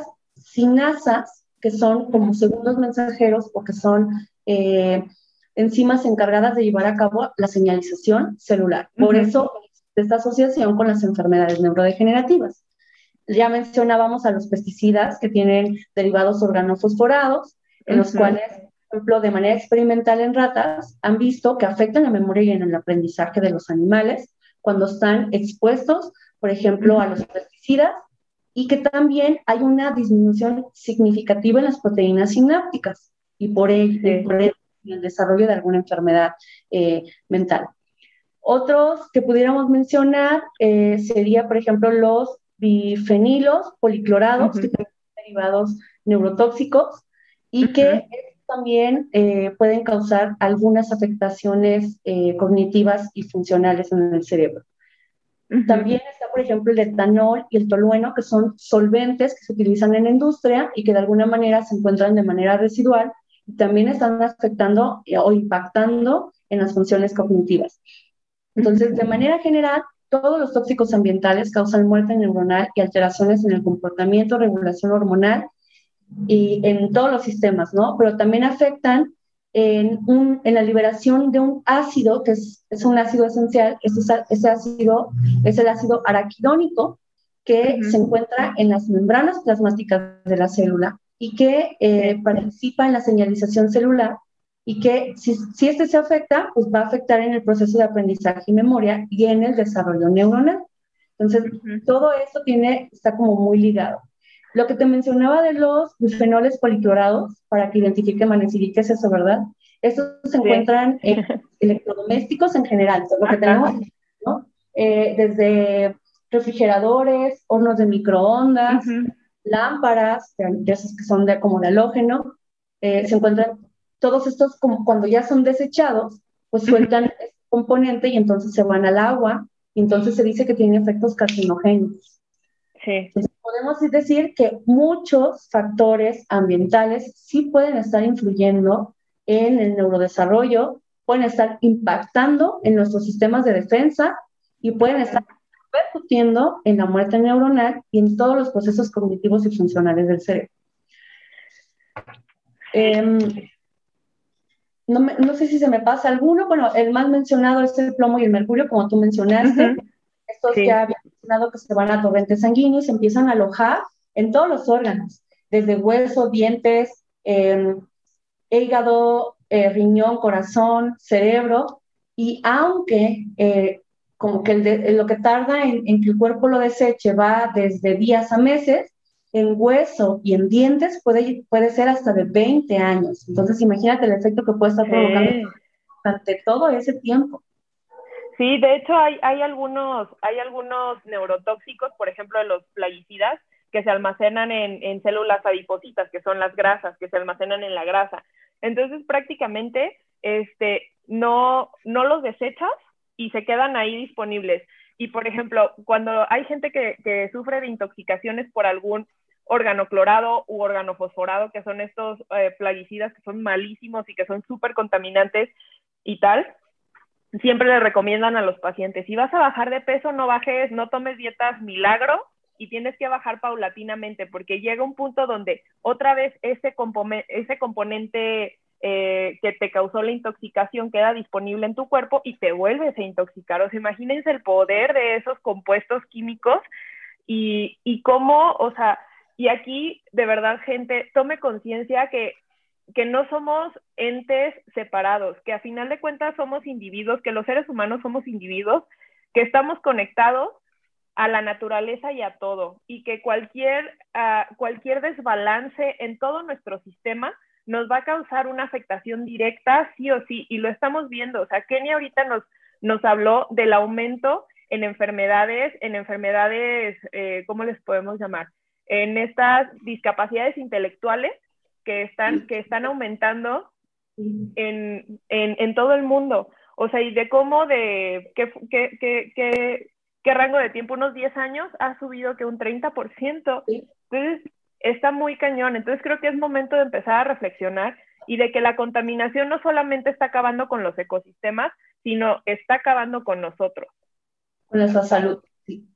sinasas que son como segundos mensajeros o que son eh, enzimas encargadas de llevar a cabo la señalización celular. Por uh-huh. eso, esta asociación con las enfermedades neurodegenerativas. Ya mencionábamos a los pesticidas que tienen derivados organofosforados, en uh-huh. los cuales, por ejemplo, de manera experimental en ratas, han visto que afectan la memoria y en el aprendizaje de los animales cuando están expuestos, por ejemplo, uh-huh. a los pesticidas, y que también hay una disminución significativa en las proteínas sinápticas y por ello, sí. por ello el desarrollo de alguna enfermedad eh, mental. Otros que pudiéramos mencionar eh, sería, por ejemplo, los bifenilos policlorados, uh-huh. que son derivados neurotóxicos y uh-huh. que también eh, pueden causar algunas afectaciones eh, cognitivas y funcionales en el cerebro. Uh-huh. También está, por ejemplo, el etanol y el tolueno, que son solventes que se utilizan en la industria y que de alguna manera se encuentran de manera residual y también están afectando eh, o impactando en las funciones cognitivas. Entonces, uh-huh. de manera general, todos los tóxicos ambientales causan muerte neuronal y alteraciones en el comportamiento, regulación hormonal y en todos los sistemas, ¿no? Pero también afectan en, un, en la liberación de un ácido, que es, es un ácido esencial. Ese, ese ácido es el ácido araquidónico, que uh-huh. se encuentra en las membranas plasmáticas de la célula y que eh, participa en la señalización celular y que si, si este se afecta, pues va a afectar en el proceso de aprendizaje y memoria y en el desarrollo neuronal. Entonces, uh-huh. todo esto tiene, está como muy ligado. Lo que te mencionaba de los bifenoles policlorados, para que identifiquen, Maneciri, ¿qué es eso, verdad? Estos se sí. encuentran en electrodomésticos en general, lo que Ajá. tenemos, ¿no? Eh, desde refrigeradores, hornos de microondas, uh-huh. lámparas, de esos que son de, como de halógeno, eh, se encuentran todos estos, como cuando ya son desechados, pues sueltan uh-huh. este componente y entonces se van al agua, y entonces se dice que tienen efectos carcinogénicos. Sí. Entonces, podemos decir que muchos factores ambientales sí pueden estar influyendo en el neurodesarrollo, pueden estar impactando en nuestros sistemas de defensa y pueden estar repercutiendo en la muerte neuronal y en todos los procesos cognitivos y funcionales del cerebro. Eh, no, me, no sé si se me pasa alguno. Bueno, el más mencionado es el plomo y el mercurio, como tú mencionaste. Uh-huh. Estos Sí. ya había mencionado que se van a torrentes sanguíneos y se empiezan a alojar en todos los órganos, desde hueso, dientes, eh, hígado, eh, riñón, corazón, cerebro, y aunque eh, como que el de, lo que tarda en, en que el cuerpo lo deseche va desde días a meses, en hueso y en dientes puede, puede ser hasta de veinte años. Entonces imagínate el efecto que puede estar provocando Sí. durante todo ese tiempo. Sí, de hecho hay, hay, algunos, hay algunos neurotóxicos, por ejemplo, de los plaguicidas, que se almacenan en, en células adipositas, que son las grasas, que se almacenan en la grasa. Entonces, prácticamente, este, no, no los desechas y se quedan ahí disponibles. Y, por ejemplo, cuando hay gente que, que sufre de intoxicaciones por algún órgano clorado u órgano fosforado, que son estos eh, plaguicidas que son malísimos y que son súper contaminantes y tal, siempre le recomiendan a los pacientes, si vas a bajar de peso, no bajes, no tomes dietas milagro y tienes que bajar paulatinamente, porque llega un punto donde otra vez ese, compone ese componente eh, que te causó la intoxicación queda disponible en tu cuerpo y te vuelves a intoxicar. O sea, imagínense el poder de esos compuestos químicos y, y cómo, o sea, y aquí de verdad, gente, tome conciencia que que no somos entes separados, que a final de cuentas somos individuos, que los seres humanos somos individuos, que estamos conectados a la naturaleza y a todo, y que cualquier, uh, cualquier desbalance en todo nuestro sistema nos va a causar una afectación directa, sí o sí, y lo estamos viendo. O sea, Kenia ahorita nos, nos habló del aumento en enfermedades, en enfermedades, eh, ¿cómo les podemos llamar? En estas discapacidades intelectuales, que están, que están aumentando en, en, en todo el mundo. O sea, y de cómo de qué, qué, qué, qué, qué rango de tiempo, unos diez años, ha subido que un treinta por ciento. Entonces, está muy cañón. Entonces, creo que es momento de empezar a reflexionar y de que la contaminación no solamente está acabando con los ecosistemas, sino está acabando con nosotros. Con nuestra salud, sí.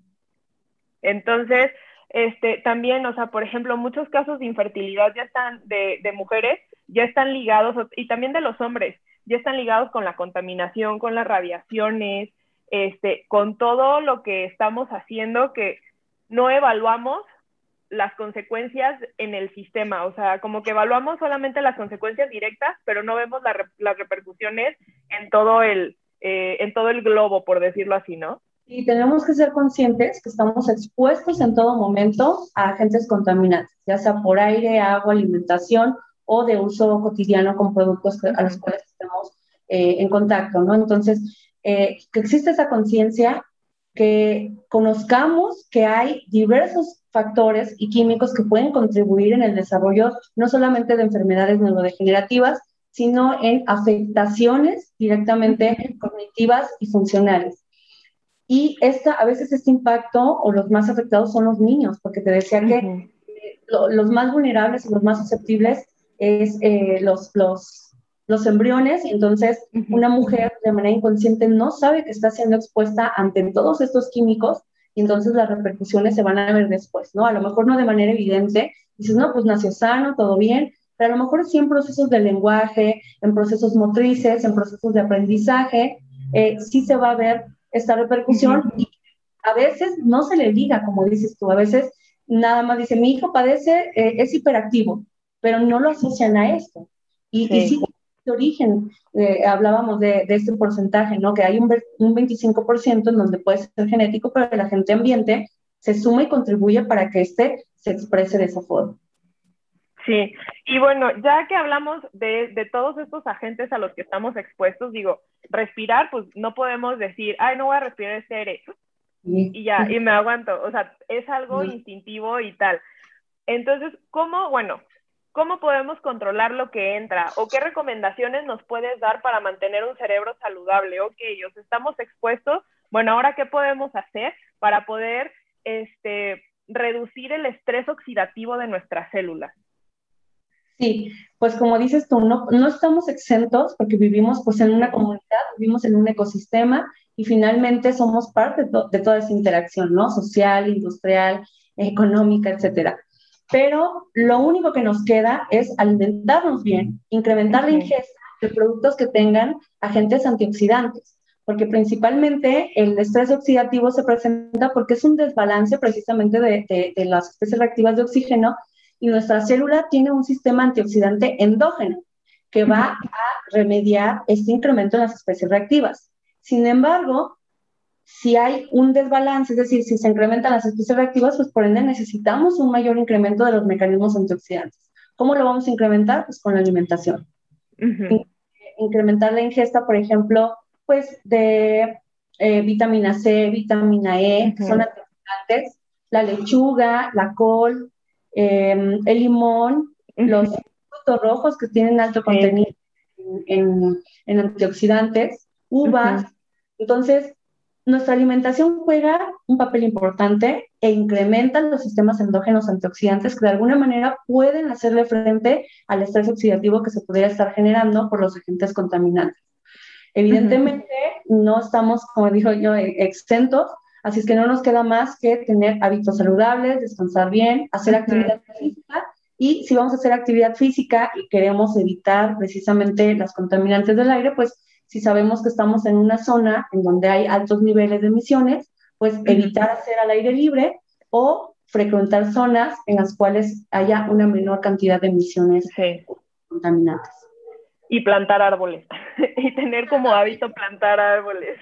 Entonces, Este, también, o sea, por ejemplo, muchos casos de infertilidad ya están, de, de mujeres, ya están ligados, y también de los hombres, ya están ligados con la contaminación, con las radiaciones, este, con todo lo que estamos haciendo que no evaluamos las consecuencias en el sistema. O sea, como que evaluamos solamente las consecuencias directas, pero no vemos la, las repercusiones en todo el, eh, en todo el globo, por decirlo así, ¿no? Y tenemos que ser conscientes que estamos expuestos en todo momento a agentes contaminantes, ya sea por aire, agua, alimentación o de uso cotidiano con productos que, a los cuales estemos eh, en contacto, ¿no? Entonces, eh, que existe esa conciencia, que conozcamos que hay diversos factores y químicos que pueden contribuir en el desarrollo no solamente de enfermedades neurodegenerativas, sino en afectaciones directamente cognitivas y funcionales. Y esta, a veces este impacto o los más afectados son los niños, porque te decía uh-huh. que eh, lo, los más vulnerables y los más susceptibles es eh, los, los, los embriones, y entonces uh-huh. una mujer de manera inconsciente no sabe que está siendo expuesta ante todos estos químicos, y entonces las repercusiones se van a ver después, ¿no? A lo mejor no de manera evidente, dices, no, pues nació sano, todo bien, pero a lo mejor sí en procesos de lenguaje, en procesos motrices, en procesos de aprendizaje, eh, sí se va a ver esta repercusión, uh-huh. y a veces no se le diga, como dices tú, a veces nada más dice, mi hijo padece, eh, es hiperactivo, pero no lo asocian a esto. Y sí, y sí de origen, eh, hablábamos de, de este porcentaje, ¿no? Que hay un, un veinticinco por ciento en donde puede ser genético, pero el agente ambiente se suma y contribuye para que este se exprese de esa forma. Sí, y bueno, ya que hablamos de, de todos estos agentes a los que estamos expuestos, digo, respirar, pues no podemos decir, ay, no voy a respirar este aire, sí. y ya, y me aguanto, o sea, es algo sí. instintivo y tal. Entonces, ¿cómo, bueno, cómo podemos controlar lo que entra? ¿O qué recomendaciones nos puedes dar para mantener un cerebro saludable? Ok, os estamos expuestos, bueno, ahora, ¿qué podemos hacer para poder, este, reducir el estrés oxidativo de nuestras células? Sí, pues como dices tú, no, no estamos exentos porque vivimos pues en una comunidad, vivimos en un ecosistema y finalmente somos parte de, to- de toda esa interacción, ¿no? Social, industrial, económica, etcétera. Pero lo único que nos queda es alimentarnos bien, incrementar la Ujú, ingesta de productos que tengan agentes antioxidantes, porque principalmente el estrés oxidativo se presenta porque es un desbalance precisamente de, de de las especies reactivas de oxígeno y nuestra célula tiene un sistema antioxidante endógeno que ujú. va a remediar este incremento en las especies reactivas. Sin embargo, si hay un desbalance, es decir, si se incrementan las especies reactivas, pues por ende necesitamos un mayor incremento de los mecanismos antioxidantes. ¿Cómo lo vamos a incrementar? Pues con la alimentación. Ujú, In- incrementar la ingesta, por ejemplo, pues de eh, vitamina C, vitamina E, que son ujú. antioxidantes, la lechuga, la col, eh, el limón, los Ujú. frutos rojos que tienen alto Sí. contenido en, en antioxidantes, uvas. Ujú, Entonces, nuestra alimentación juega un papel importante e incrementa los sistemas endógenos antioxidantes que de alguna manera pueden hacerle frente al estrés oxidativo que se pudiera estar generando por los agentes contaminantes. ujú. Evidentemente, no estamos, como dijo yo, e- exentos, así es que no nos queda más que tener hábitos saludables, descansar bien, hacer Ujú. actividad física y si vamos a hacer actividad física y queremos evitar precisamente las contaminantes del aire, pues si sabemos que estamos en una zona en donde hay altos niveles de emisiones, pues Ujú. evitar hacer al aire libre o frecuentar zonas en las cuales haya una menor cantidad de emisiones Sí. contaminantes. Y plantar árboles. Y tener como hábito plantar árboles.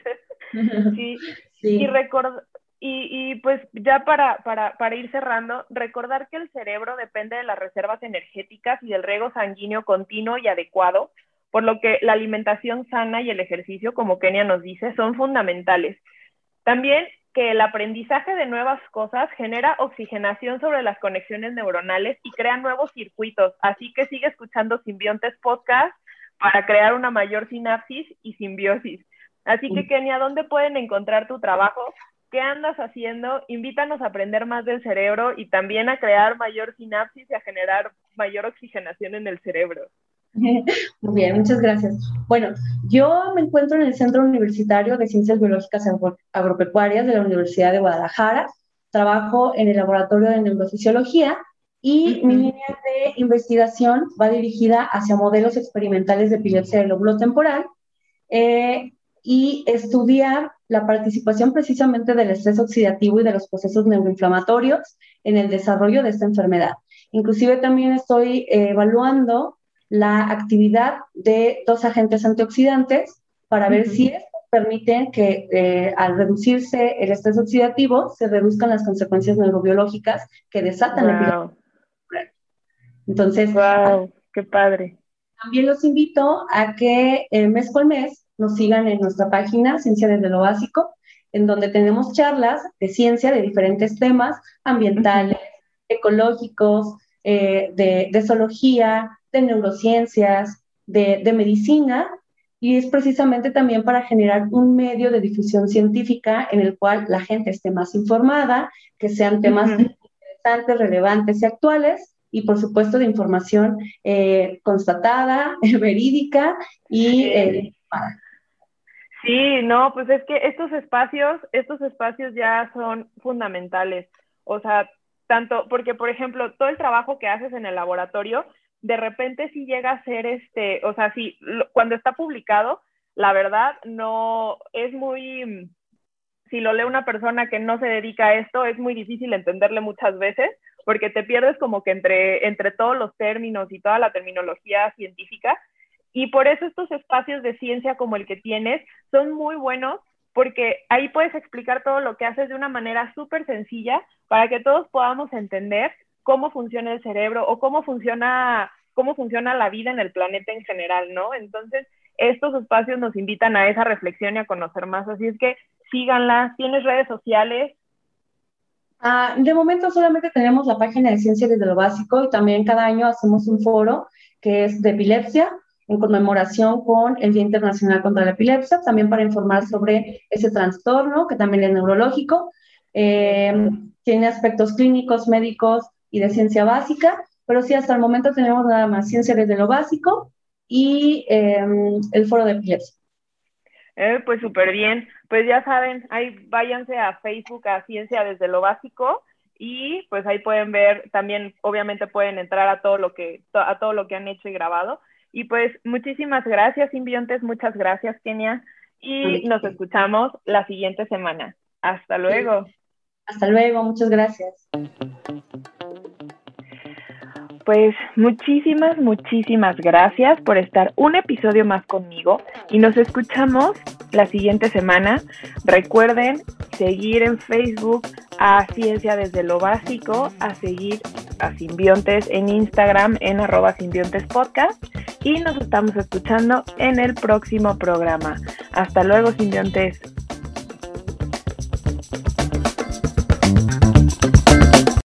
Sí. Y Sí. record y, y pues ya para, para, para ir cerrando, recordar que el cerebro depende de las reservas energéticas y del riego sanguíneo continuo y adecuado, por lo que la alimentación sana y el ejercicio, como Kenia nos dice, son fundamentales. También que el aprendizaje de nuevas cosas genera oxigenación sobre las conexiones neuronales y crea nuevos circuitos. Así que sigue escuchando Simbiontes Podcast para crear una mayor sinapsis y simbiosis. Así que, Kenia, ¿dónde pueden encontrar tu trabajo? ¿Qué andas haciendo? Invítanos a aprender más del cerebro y también a crear mayor sinapsis y a generar mayor oxigenación en el cerebro. Muy bien, muchas gracias. Bueno, yo me encuentro en el Centro Universitario de Ciencias Biológicas Agro- Agropecuarias de la Universidad de Guadalajara. Trabajo en el Laboratorio de Neurofisiología y mi Ujú. línea de investigación va dirigida hacia modelos experimentales de epilepsia del lóbulo temporal eh, y estudiar la participación precisamente del estrés oxidativo y de los procesos neuroinflamatorios en el desarrollo de esta enfermedad. Inclusive también estoy eh, evaluando la actividad de dos agentes antioxidantes para ver Ujú. si estos permiten que eh, al reducirse el estrés oxidativo se reduzcan las consecuencias neurobiológicas que desatan la epilepsia. Wow, Entonces, wow, qué padre. también los invito a que eh, mes con mes nos sigan en nuestra página Ciencia desde lo Básico, en donde tenemos charlas de ciencia de diferentes temas Ujú. ambientales, ecológicos, eh, de, de zoología, de neurociencias, de, de medicina, y es precisamente también para generar un medio de difusión científica en el cual la gente esté más informada, que sean temas Ujú. interesantes, relevantes y actuales, y por supuesto de información eh, constatada, verídica y Sí. eh, Sí, no, pues es que estos espacios, estos espacios ya son fundamentales. O sea, tanto, porque por ejemplo, todo el trabajo que haces en el laboratorio, de repente sí llega a ser este, o sea, sí, lo- cuando está publicado, la verdad no es muy, si lo lee una persona que no se dedica a esto, es muy difícil entenderle muchas veces, porque te pierdes como que entre, entre todos los términos y toda la terminología científica. Y por eso estos espacios de ciencia como el que tienes son muy buenos, porque ahí puedes explicar todo lo que haces de una manera súper sencilla para que todos podamos entender cómo funciona el cerebro o cómo funciona, cómo funciona la vida en el planeta en general, ¿no? Entonces, estos espacios nos invitan a esa reflexión y a conocer más. Así es que síganlas. ¿Tienes redes sociales? Ah, de momento solamente tenemos la página de Ciencia desde lo Básico y también cada año hacemos un foro que es de epilepsia en conmemoración con el Día Internacional contra la Epilepsia, también para informar sobre ese trastorno que también es neurológico. Sí. Eh, tiene aspectos clínicos, médicos y de ciencia básica, pero sí, hasta el momento tenemos nada más ciencia desde lo básico y eh, el foro de epilepsia. Eh, pues súper bien, pues ya saben, ahí váyanse a Facebook a Ciencia desde lo básico y pues ahí pueden ver, también obviamente pueden entrar a todo lo que, a todo lo que han hecho y grabado. Y pues muchísimas gracias, simbiontes, muchas gracias, Kenia, y nos escuchamos la siguiente semana. Hasta luego. Hasta luego, muchas gracias. Pues muchísimas, muchísimas gracias por estar un episodio más conmigo y nos escuchamos la siguiente semana. Recuerden seguir en Facebook a Ciencia desde lo básico, a seguir a Simbiontes en Instagram en arroba Simbiontes Podcast y nos estamos escuchando en el próximo programa. Hasta luego, Simbiontes.